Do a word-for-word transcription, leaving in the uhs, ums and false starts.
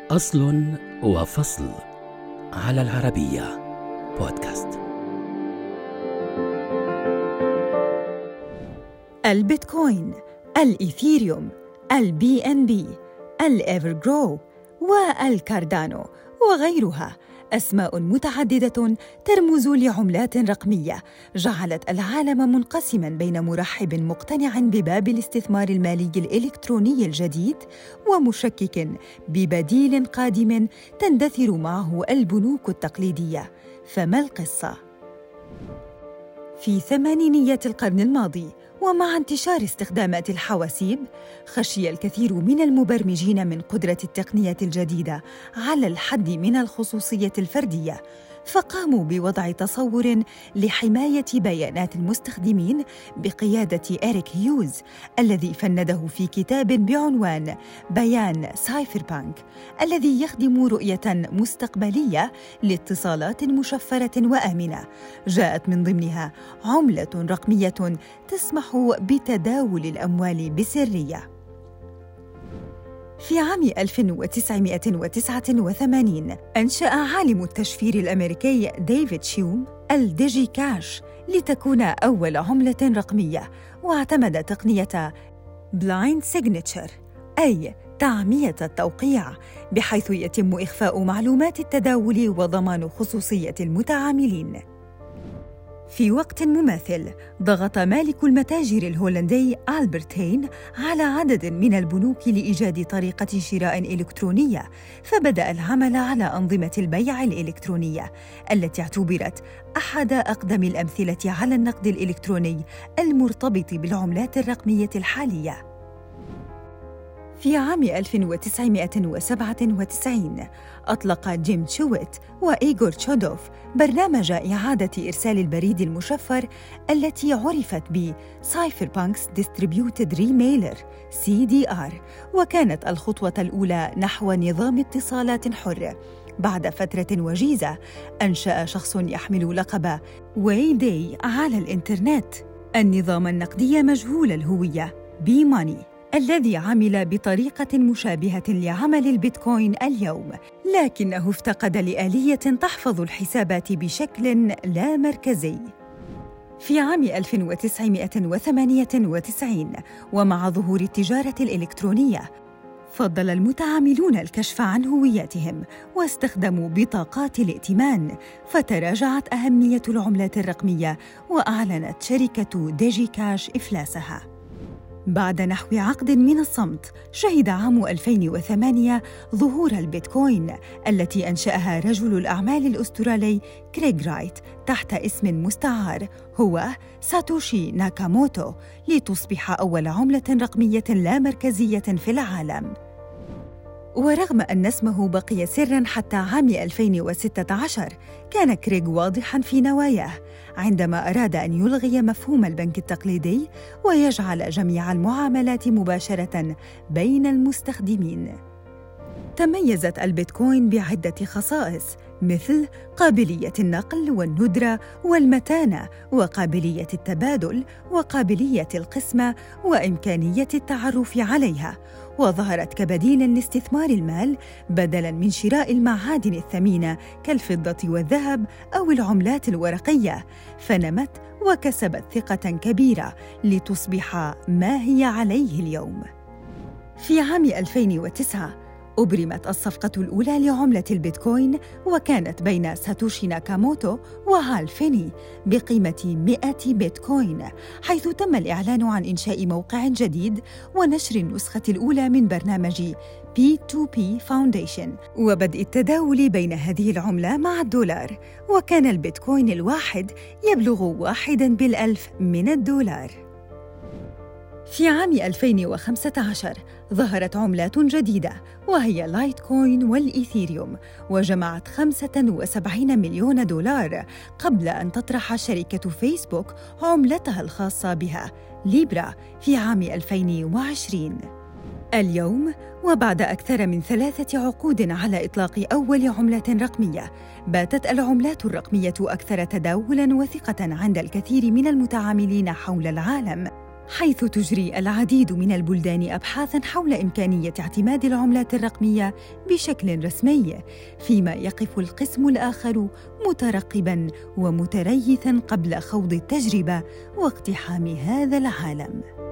أصل وفصل على العربية بودكاست. البيتكوين، الإيثيريوم، البي إن بي، الإيفرغرو والكاردانو وغيرها أسماء متعددة ترمز لعملات رقمية جعلت العالم منقسماً بين مرحب مقتنع بباب الاستثمار المالي الإلكتروني الجديد ومشكك ببديل قادم تندثر معه البنوك التقليدية. فما القصة؟ في ثمانينيات القرن الماضي، ومع انتشار استخدامات الحواسيب، خشي الكثير من المبرمجين من قدرة التقنية الجديدة على الحد من الخصوصية الفردية، فقاموا بوضع تصور لحماية بيانات المستخدمين بقيادة إريك هيوز، الذي فنده في كتاب بعنوان بيان سايفر بانك، الذي يخدم رؤية مستقبلية لاتصالات مشفرة وآمنة جاءت من ضمنها عملة رقمية تسمح بتداول الأموال بسرية. في عام ألف وتسعمائة وتسعة وثمانين أنشأ عالم التشفير الأمريكي ديفيد شيوم الديجي كاش لتكون أول عملة رقمية، واعتمد تقنية بلايند سيجنتشر أي تعمية التوقيع، بحيث يتم إخفاء معلومات التداول وضمان خصوصية المتعاملين. في وقت مماثل ضغط مالك المتاجر الهولندي ألبرتين على عدد من البنوك لإيجاد طريقة شراء إلكترونية، فبدأ العمل على أنظمة البيع الإلكترونية التي اعتبرت أحد أقدم الأمثلة على النقد الإلكتروني المرتبط بالعملات الرقمية الحالية. في عام ألف وتسعمائة وسبعة وتسعين أطلق جيم تشويت وإيغور تشودوف برنامج إعادة إرسال البريد المشفر التي عرفت ب Cypherpunk's Distributed Remailer سي دي آر، وكانت الخطوة الأولى نحو نظام اتصالات حر. بعد فترة وجيزة أنشأ شخص يحمل لقب واي داي على الإنترنت النظام النقدي مجهول الهوية بي ماني، الذي عمل بطريقة مشابهة لعمل البيتكوين اليوم، لكنه افتقد لآلية تحفظ الحسابات بشكل لا مركزي. في عام ألف وتسعمائة وثمانية وتسعين، ومع ظهور التجارة الإلكترونية، فضل المتعاملون الكشف عن هوياتهم واستخدموا بطاقات الائتمان، فتراجعت أهمية العملات الرقمية وأعلنت شركة ديجي كاش إفلاسها. بعد نحو عقد من الصمت، شهد عام ألفين وثمانية ظهور البيتكوين التي أنشأها رجل الأعمال الأسترالي كريغ رايت تحت اسم مستعار هو ساتوشي ناكاموتو، لتصبح أول عملة رقمية لا مركزية في العالم. ورغم أن اسمه بقي سراً حتى عام ألفين وستة عشر، كان كريغ واضحاً في نواياه عندما أراد أن يلغي مفهوم البنك التقليدي ويجعل جميع المعاملات مباشرة بين المستخدمين. تميزت البيتكوين بعدة خصائص، مثل قابلية النقل والندرة والمتانة وقابلية التبادل وقابلية القسمة وإمكانية التعرف عليها، وظهرت كبديل لاستثمار المال بدلاً من شراء المعادن الثمينة كالفضة والذهب أو العملات الورقية، فنمت وكسبت ثقة كبيرة لتصبح ما هي عليه اليوم. في عام ألفين وتسعة أبرمت الصفقة الأولى لعملة البيتكوين، وكانت بين ساتوشي ناكاموتو وهال فيني بقيمة مئة بيتكوين، حيث تم الإعلان عن إنشاء موقع جديد ونشر النسخة الأولى من برنامج بي تو بي فاونديشن وبدء التداول بين هذه العملة مع الدولار، وكان البيتكوين الواحد يبلغ واحداً بالألف من الدولار. في عام ألفين وخمسة عشر ظهرت عملات جديدة وهي لايت كوين والإيثيريوم، وجمعت خمسة وسبعين مليون دولار قبل أن تطرح شركة فيسبوك عملتها الخاصة بها ليبرا في عام ألفين وعشرين. اليوم، وبعد أكثر من ثلاثة عقود على إطلاق أول عملة رقمية، باتت العملات الرقمية أكثر تداولاً وثقة عند الكثير من المتعاملين حول العالم، حيث تجري العديد من البلدان أبحاثاً حول إمكانية اعتماد العملات الرقمية بشكل رسمي، فيما يقف القسم الآخر مترقباً ومتريثاً قبل خوض التجربة واقتحام هذا العالم.